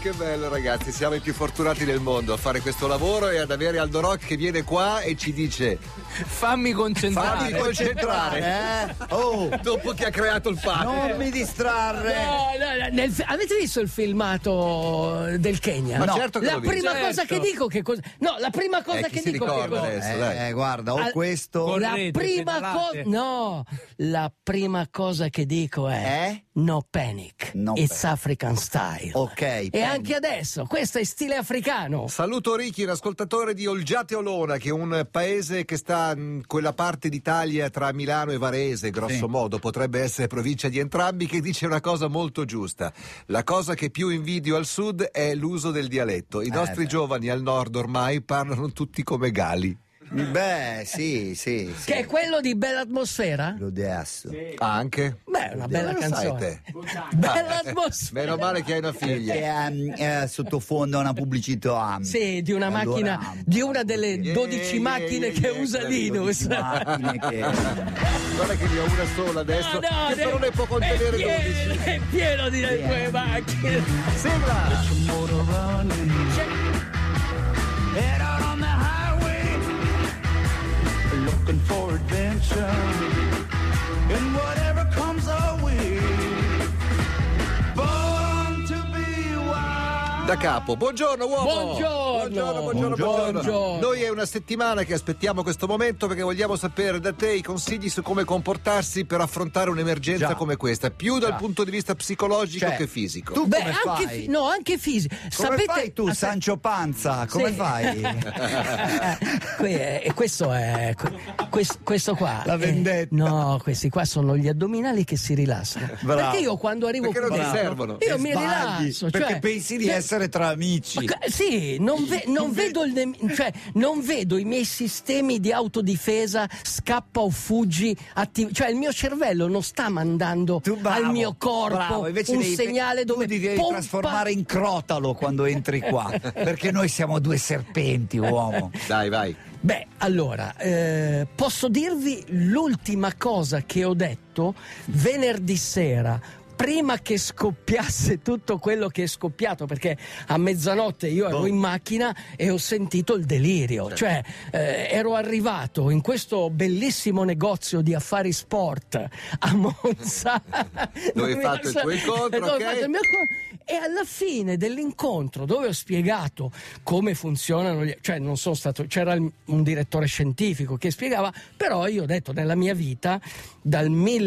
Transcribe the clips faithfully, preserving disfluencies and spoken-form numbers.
che bello, ragazzi, siamo i più fortunati del mondo a fare questo lavoro e ad avere Aldo Rock che viene qua e ci dice fammi concentrare, fammi concentrare eh? Oh, dopo che ha creato il padre. Non mi distrarre. No, no, no, nel, avete visto il filmato del Kenya? Ma no. certo che la l'ho visto. prima Certo. cosa che dico che cosa no la prima cosa Eh, che chi si dico che ricorda cosa adesso, Eh, dai. eh, guarda, o Al- questo. Col- la Correte, prima pedalate. cosa no la prima cosa che dico è Eh? no panic, No it's panic. African style. Ok, E panic. anche adesso questo è stile africano. Saluto Ricky, un ascoltatore di Olgiate Olona, che è un paese che sta in quella parte d'Italia tra Milano e Varese, grosso Sì. modo, potrebbe essere provincia di entrambi, che dice una cosa molto giusta. La cosa che più invidio al sud è l'uso del dialetto. I Eh, nostri beh. giovani al nord ormai parlano tutti come gali. Beh, sì, sì, sì. Che è quello di Bella Atmosfera? Lo adesso. Ah, anche? Beh, è una bella Dove lo sai canzone. te? Bella Ah, atmosfera. Meno male che hai una Che figlia. è, è sottofondo a una pubblicità. Sì, di una Allora, macchina, di una delle Yeah, dodici yeah, macchine yeah, che yeah, usa quelle Linus. macchine che... Guarda che ne ho una sola adesso, No, no, che però ne può contenere è pieno, dodici. è pieno di quelle macchine. Sigla! Head out on the highway, looking for adventure, and whatever comes our way, born to be wild. Da capo, buongiorno uomo! Buongiorno. Buongiorno, buongiorno, Buongiorno. buongiorno. Noi è una settimana che aspettiamo questo momento perché vogliamo sapere da te i consigli su come comportarsi per affrontare un'emergenza Già. come questa, più dal Già. punto di vista psicologico Cioè, che fisico. tu Beh, come anche fai? fi- no, anche fisico. Come Sapete fai tu, Aspetta- Sancio Panza? Come Sì. fai? Que- e questo è questo, questo qua La è- vendetta. no, questi qua sono gli addominali che si rilassano. Bravo. Perché io quando arrivo Perché qui non ti dentro, servono? io E mi sbagli, rilasso, perché cioè- pensi di cioè- essere tra amici. Ma ca- Sì, non, ve- non vedo il nem- cioè, non vedo i miei sistemi di autodifesa scappa o fuggi attivi, cioè il mio cervello non sta mandando Tu bravo, al mio corpo bravo, invece un devi- segnale dove tu ti devi pompa- trasformare in crotalo quando entri qua, perché noi siamo due serpenti, uomo. Dai, vai. Beh, allora, eh, posso dirvi l'ultima cosa che ho detto venerdì sera, prima che scoppiasse tutto quello che è scoppiato, perché a mezzanotte io ero in macchina e ho sentito il delirio, cioè eh, ero arrivato in questo bellissimo negozio di affari sport a Monza Dove hai mi fatto il lascia- tuo incontro, dove ho ok? fatto il mio incontro. E alla fine dell'incontro, dove ho spiegato come funzionano, gli- cioè non sono stato, c'era il- un direttore scientifico che spiegava, però io ho detto nella mia vita dal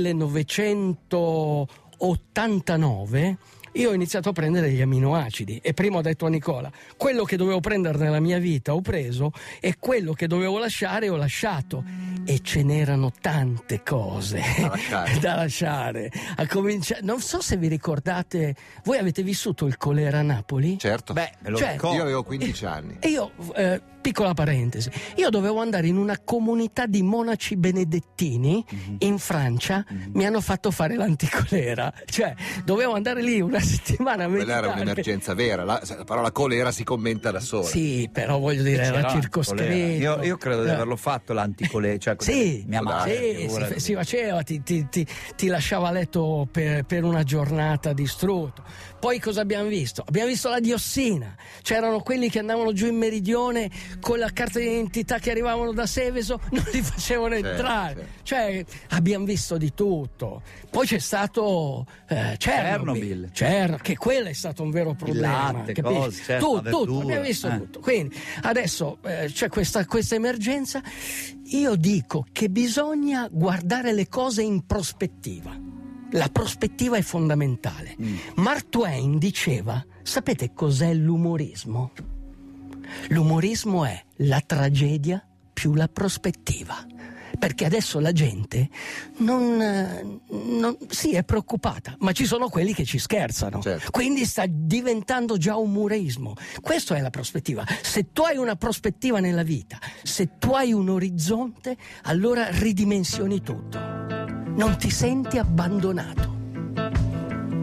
millenovecentottantanove io ho iniziato a prendere gli amminoacidi e prima ho detto a Nicola, quello che dovevo prendere nella mia vita ho preso e quello che dovevo lasciare ho lasciato, e ce n'erano tante cose Da lasciare. da lasciare. A cominciare, non so se vi ricordate, voi avete vissuto il colera a Napoli? Certo. Beh, me lo Cioè, ricordo. Io avevo quindici anni. E io, eh, piccola parentesi, io dovevo andare in una comunità di monaci benedettini in Francia, mi hanno fatto fare l'anticolera, cioè dovevo andare lì una settimana a Quella meditare. era un'emergenza vera, la, la parola colera si commenta da sola. Sì, però voglio dire, era C'era circoscritto. l'anticolera. Io, io credo di Eh. averlo fatto l'anticolera, cioè Sì, mia madre. sì, si, figurati. fa- si faceva, ti, ti- ti- ti lasciava a letto per, per una giornata distrutto. Poi cosa abbiamo visto? Abbiamo visto la diossina, c'erano quelli che andavano giù in meridione con la carta d'identità che arrivavano da Seveso, non li facevano Certo, entrare, certo. cioè abbiamo visto di tutto. Poi c'è stato eh, Chernobyl, Chernobyl. Cer- che quello è stato un vero problema, latte, capisci? cose, certo, tutto, la tutto, verdura, abbiamo visto eh. tutto. Quindi adesso eh, c'è questa, questa emergenza. Io dico che bisogna guardare le cose in prospettiva. La prospettiva è fondamentale. Mm. Mark Twain diceva, sapete cos'è l'umorismo? L'umorismo è la tragedia più la prospettiva. Perché adesso la gente non, eh, non sì, è preoccupata, ma ci sono quelli che ci scherzano. Certo. Quindi sta diventando già umorismo. Questa è la prospettiva. Se tu hai una prospettiva nella vita, se tu hai un orizzonte, allora ridimensioni tutto. Non ti senti abbandonato.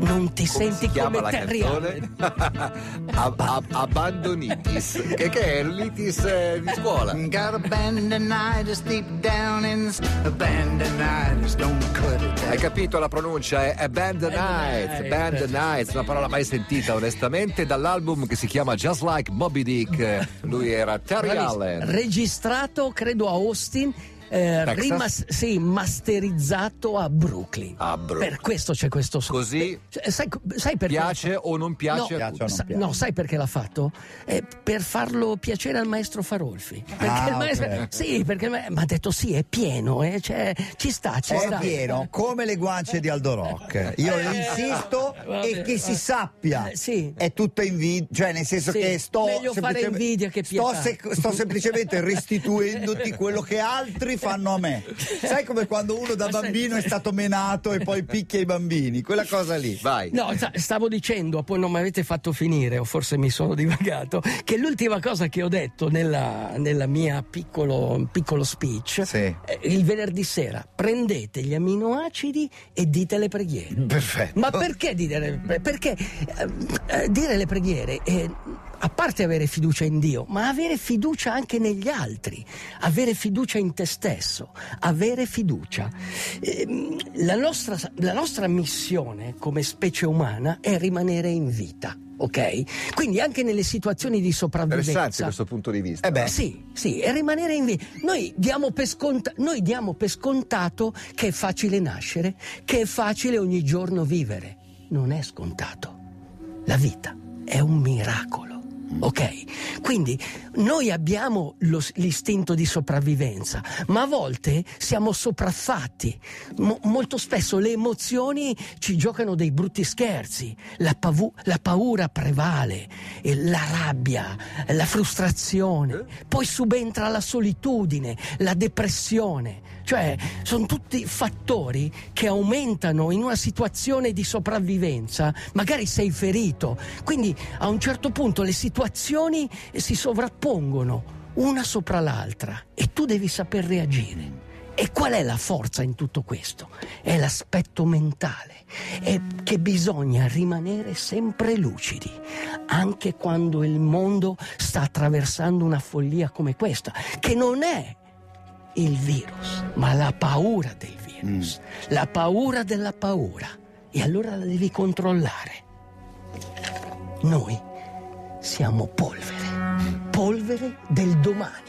non ti Come senti si chiama come la Terry Allen. canzone? Ab- ab- Abbandonitis. Che, che è l'itis eh, di scuola? Got abandonitis deep down in abandonitis, don't cut it Hai out. capito la pronuncia? È Abandonites. Abandonites, una parola mai sentita onestamente, dall'album che si chiama Just Like Moby Dick. Lui era Terry Bravissimo. Allen. Registrato credo a Austin, eh, Texas? rimas- sì, masterizzato a Brooklyn. A Brooklyn. Per questo c'è questo suono. Così Cioè, sai, sai perché piace o non piace? Piace a o tutti? non Sa- piace? no, sai perché l'ha fatto? È per farlo piacere al maestro Farolfi. Perché Ah, il maestro, ok. sì, perché il ma- mi ha detto sì, è pieno, eh, cioè, ci sta, ci È sta. pieno come le guance di Aldo Rock. Io insisto vabbè, e che si sappia. Eh, sì. È tutta invidia, cioè nel senso Sì, che sto meglio fare semplicemente- invidia che sto, pietà. se- sto semplicemente restituendoti quello che altri fanno a me. Sai come quando uno da Ma sai- bambino è stato menato e poi picchia i bambini, quella cosa lì. Vai. No, sta- stavo dicendo, poi non mi avete fatto finire, o forse mi sono divagato, che l'ultima cosa che ho detto nella, nella mia piccolo, piccolo speech, Sì. eh, il venerdì sera, prendete gli aminoacidi e dite le preghiere. Perfetto. Ma perché dire le, perché, eh, eh, dire le preghiere, eh, a parte avere fiducia in Dio, ma avere fiducia anche negli altri, avere fiducia in te stesso, avere fiducia. Ehm, la nostra, la nostra missione come specie umana è rimanere in vita, ok? Quindi anche nelle situazioni di Interessante sopravvivenza. questo punto di vista. Eh beh. Sì, sì, e rimanere in vita. Noi diamo per sconta- noi diamo per scontato che è facile nascere, che è facile ogni giorno vivere. Non è scontato. La vita è un miracolo. Ok? Quindi noi abbiamo lo- l'istinto di sopravvivenza, ma a volte siamo sopraffatti. Mo- molto spesso le emozioni ci giocano dei brutti scherzi. La, pavu- la paura prevale, e la rabbia, la frustrazione. Poi subentra la solitudine, la depressione. Cioè, sono tutti fattori che aumentano in una situazione di sopravvivenza. Magari sei ferito, quindi a un certo punto le situazioni si sovrappongono una sopra l'altra e tu devi saper reagire. E qual è la forza in tutto questo? È l'aspetto mentale, è che bisogna rimanere sempre lucidi, anche quando il mondo sta attraversando una follia come questa, che non è il virus, ma la paura del virus, la paura della paura. E allora la devi controllare. Noi siamo polvere, polvere del domani.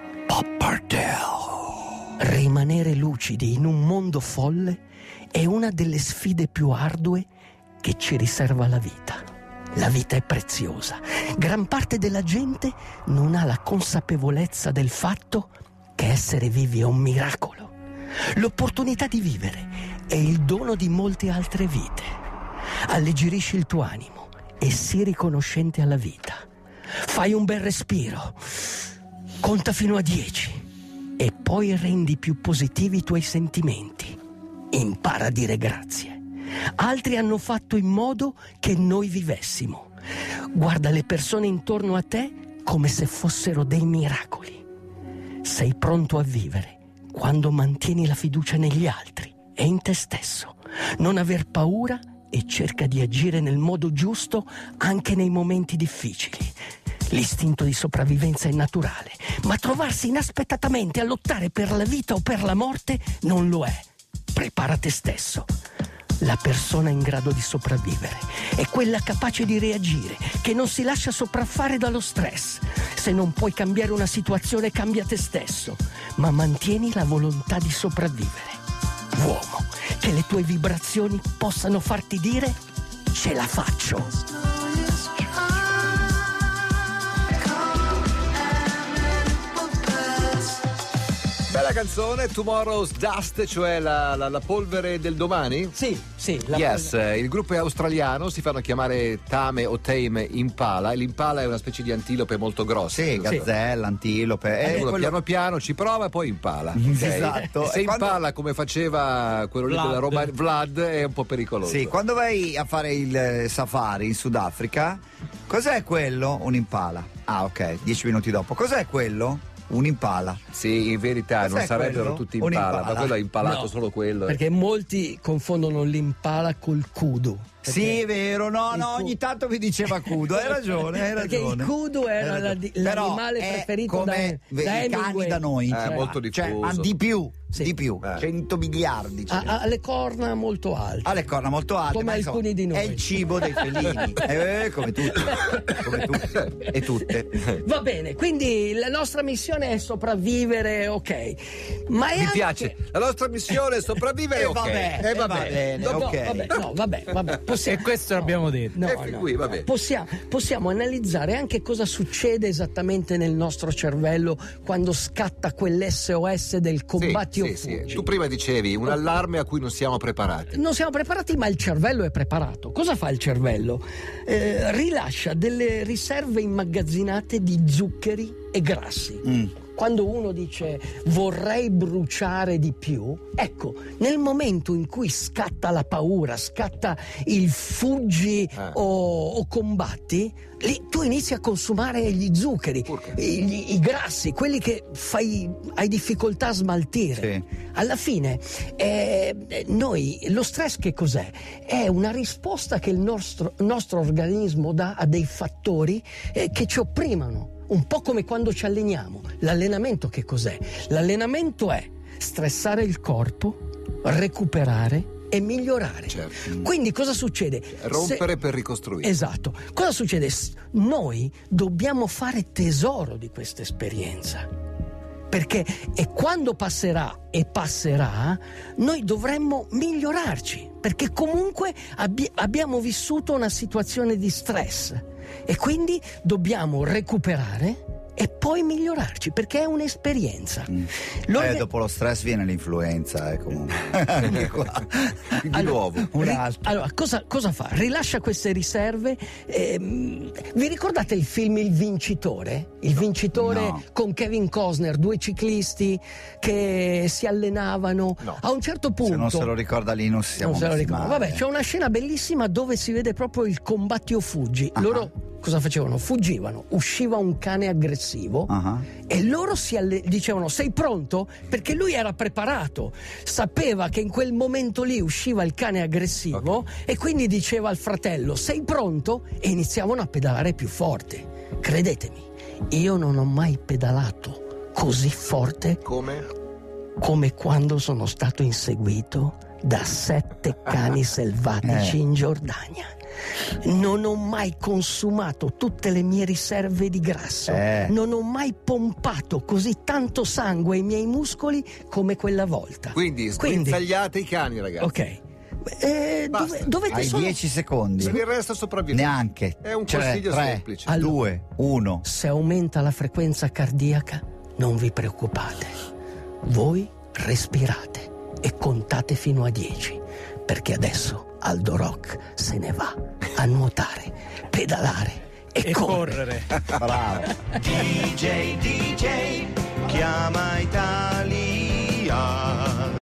Rimanere lucidi in un mondo folle è una delle sfide più ardue che ci riserva la vita. La vita è preziosa. Gran parte della gente non ha la consapevolezza del fatto che essere vivi è un miracolo. L'opportunità di vivere è il dono di molte altre vite. Alleggerisci il tuo animo e sii riconoscente alla vita. Fai un bel respiro, conta fino a dieci e poi rendi più positivi i tuoi sentimenti. Impara a dire grazie. Altri hanno fatto in modo che noi vivessimo. Guarda le persone intorno a te come se fossero dei miracoli. Sei pronto a vivere quando mantieni la fiducia negli altri e in te stesso. Non aver paura e cerca di agire nel modo giusto anche nei momenti difficili. L'istinto di sopravvivenza è naturale, ma trovarsi inaspettatamente a lottare per la vita o per la morte non lo è. Prepara te stesso. La persona in grado di sopravvivere è quella capace di reagire, che non si lascia sopraffare dallo stress. Se non puoi cambiare una situazione, cambia te stesso, ma mantieni la volontà di sopravvivere. Uomo, che le tue vibrazioni possano farti dire: ce la faccio. Bella canzone, Tomorrow's Dust, cioè la, la, la polvere del domani? Sì, sì. La Yes, eh, il gruppo è australiano, si fanno chiamare Tame o Tame Impala. L'impala è una specie di antilope molto grossa. Sì, gazzella, antilope. Eh, Eh, uno quello- piano piano ci prova e poi impala. ok? Esatto. Se E quando- impala come faceva quello lì Vlad. della roba Vlad è un po' pericoloso. Sì, quando vai a fare il eh, safari in Sudafrica, cos'è quello? Un impala. Ah, ok, dieci minuti dopo. Cos'è quello? Un impala. Sì, in verità Cos'è non sarebbero quello? tutti Un impala, impala? ma quello ha impalato No, solo quello. Perché molti confondono l'impala col kudu. Sì, è vero, no, no, cu- ogni tanto mi diceva Kudu, hai ragione, hai Perché ragione. il Kudu era Hai la- ragione. l'animale Però è preferito come da- da i cani Hemingway. da noi. Eh, cioè, molto cioè, diffuso. ma di più, Sì. di più, Eh. cento miliardi. ce Ha, ne ha le corna molto alte. Ha le corna molto alte, Come ma insomma, alcuni di noi. è il cibo dei felini, eh, come tutti, come tutti e tutte. Va bene, quindi la nostra missione è sopravvivere, ok. Ma è Mi anche... piace. La nostra missione è sopravvivere. E ok. vabbè, E e vabbè. va bene, Dopo- No, ok. vabbè, no, vabbè, vabbè. Possiamo, E questo l'abbiamo detto. No, E fin no, qui, vabbè. Possiamo, possiamo analizzare anche cosa succede esattamente nel nostro cervello quando scatta quell'esse o esse del combatti o Sì, sì, fuggi. sì. Tu prima dicevi un allarme a cui non siamo preparati. Non siamo preparati, ma il cervello è preparato. Cosa fa il cervello? Eh, rilascia delle riserve immagazzinate di zuccheri e grassi. Mm. Quando uno dice vorrei bruciare di più, ecco, nel momento in cui scatta la paura, scatta il fuggi Ah. o, o combatti, lì tu inizi a consumare gli zuccheri, Urca. i, i grassi, quelli che fai, hai difficoltà a smaltire. Sì. Alla fine, eh, noi, lo stress che cos'è? È una risposta che il nostro, nostro organismo dà a dei fattori eh, che ci opprimano. Un po' come quando ci alleniamo. L'allenamento che cos'è? L'allenamento è stressare il corpo, recuperare e migliorare. Certo. Quindi cosa succede? Rompere Se- per ricostruire. Esatto. Cosa succede? S- Noi dobbiamo fare tesoro di questa esperienza. Perché e quando passerà e passerà, noi dovremmo migliorarci. Perché comunque abbi- abbiamo vissuto una situazione di stress. E quindi dobbiamo recuperare e poi migliorarci, perché è un'esperienza. L'orga- Eh, dopo lo stress viene l'influenza, eh, comunque. Anche qua. Di Allora, nuovo. Un ri- altro. allora, cosa, cosa fa? Rilascia queste riserve. ehm, vi ricordate il film Il Vincitore? Il Vincitore No. con Kevin Costner, due ciclisti che si allenavano. No. A un certo punto. Se non se lo ricorda Linus siamo Non se lo messi ricordo. male. Vabbè, c'è una scena bellissima dove si vede proprio il combatti o fuggi. Ah. Loro cosa facevano? Fuggivano, usciva un cane aggressivo Ah. e loro si alle- dicevano sei pronto? Perché lui era preparato, sapeva che in quel momento lì usciva il cane aggressivo e quindi diceva al fratello sei pronto? E iniziavano a pedalare più forte. Credetemi, io non ho mai pedalato così forte Come? come quando sono stato inseguito da sette cani selvatici Eh. in Giordania. Non ho mai consumato tutte le mie riserve di grasso, Eh. non ho mai pompato così tanto sangue ai miei muscoli come quella volta. Quindi sguinzagliate i cani, ragazzi. Ok. Eh, Basta. dove, dovete Hai solo... dieci secondi. Per il resto sopravvivete. Neanche. È un Cioè, consiglio tre, semplice. Allora. due, uno. Se aumenta la frequenza cardiaca, non vi preoccupate. Voi respirate e contate fino a dieci, perché adesso Aldo Rock se ne va a nuotare, pedalare e, E correre. correre. Bravo. D J, D J, chiama Italia.